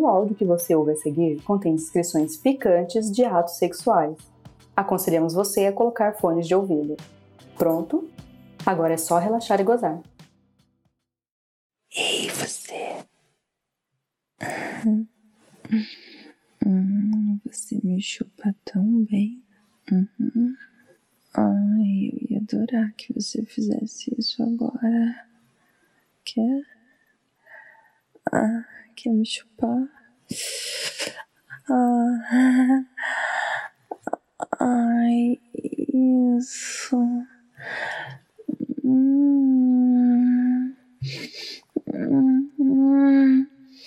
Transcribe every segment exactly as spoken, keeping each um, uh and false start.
áudio que você ouve a seguir contém descrições picantes de atos sexuais. Aconselhamos você a colocar fones de ouvido. Pronto? Agora é só relaxar e gozar. Ei, você. Hum, você me chupa tão bem. Uhum. Ai, eu ia adorar que você fizesse isso agora. Quer? Ah, quer me chupar? Ah, ai, isso. Hum, hum,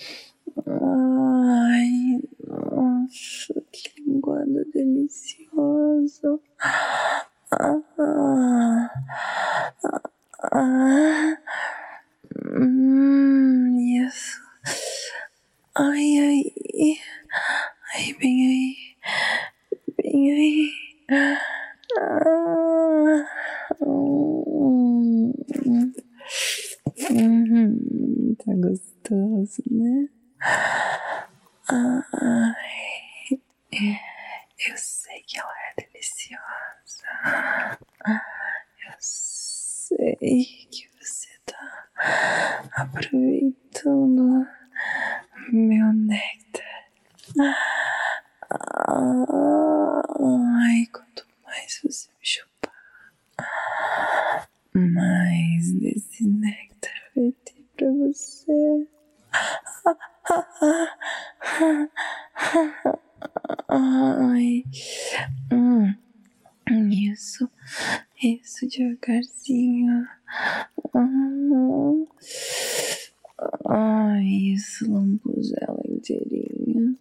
ai, nossa, que linguada deliciosa. Ah, ah, ah, hum, isso. Ai, ai, ai, bem aí, bem aí. Ah, hum, hum, tá gostoso, né? Ai, eu sei que ela é deliciosa. Eu sei que você tá aproveitando meu néctar. Ai, quanto mais você me chupar, mais desse néctar vai ter pra você. Ai, hum, isso, isso devagarzinho. Hum, ai, isso, lambuza ela inteirinha.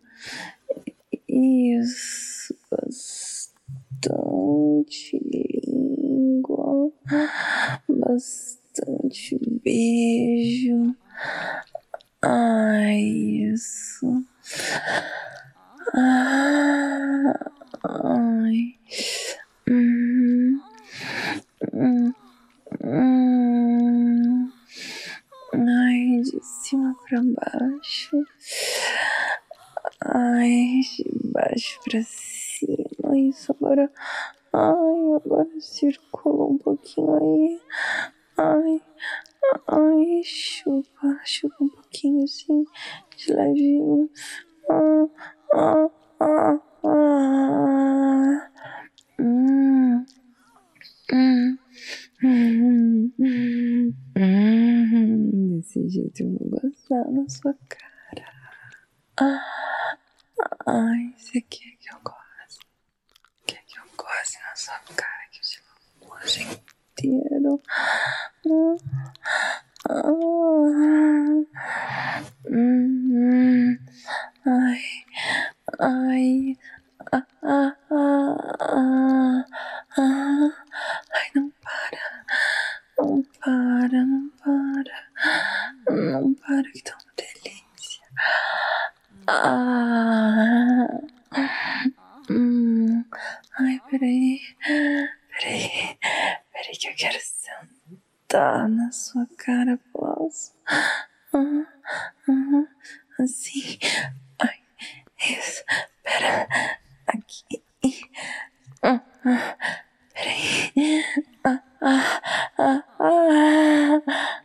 Isso, bastante língua, bastante beijo. Ai, isso. Ah, ai. Hum, hum, hum. Ai, de cima pra baixo. Ai, de baixo pra cima. Isso, agora. Ai, agora circula um pouquinho aí. Ai, ai, chupa, chupa um pouquinho assim, de levinho. Ah, ah, ah, ah. Hum, hum, hum, hum, hum. Desse jeito eu vou gostar na sua cara. Ah, ai, você quer que eu goste? Quer que eu goste na sua cara? Que eu te lambuze inteiro. Ah, ah, hum, ai, ai, ah, ah, ah, ah, ah, ai, não para, não para, não para, não para que tá uma delícia. Ah, hum, ai, peraí, peraí, peraí que eu quero sentar na sua cara, posso? Ah, ah, assim, ai, isso, pera, aqui, ah, ah, peraí, ah, ah, ah, ah,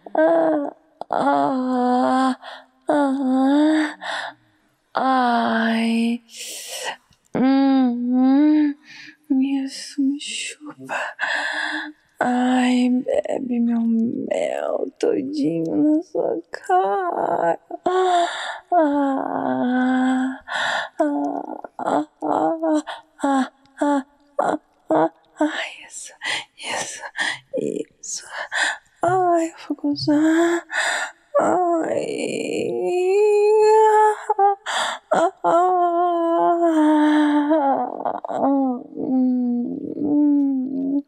ah, ah, ah, ai, hum, isso, me chupa. Ai, bebe meu mel todinho na sua cara. Ah, ah, ah, ah, ah, ah, ah, ah, ah, ah, isso, isso, isso. Ai, eu vou gozar. Ai, ah, ah, ah, hum.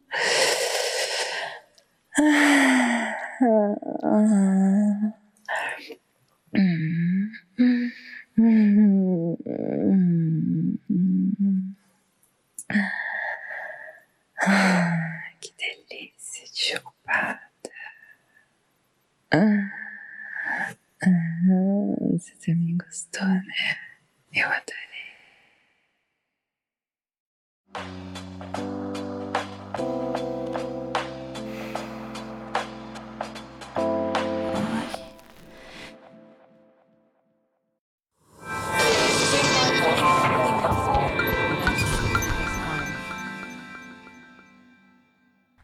Que delícia de chupada. Você também gostou, né? Eu adorei.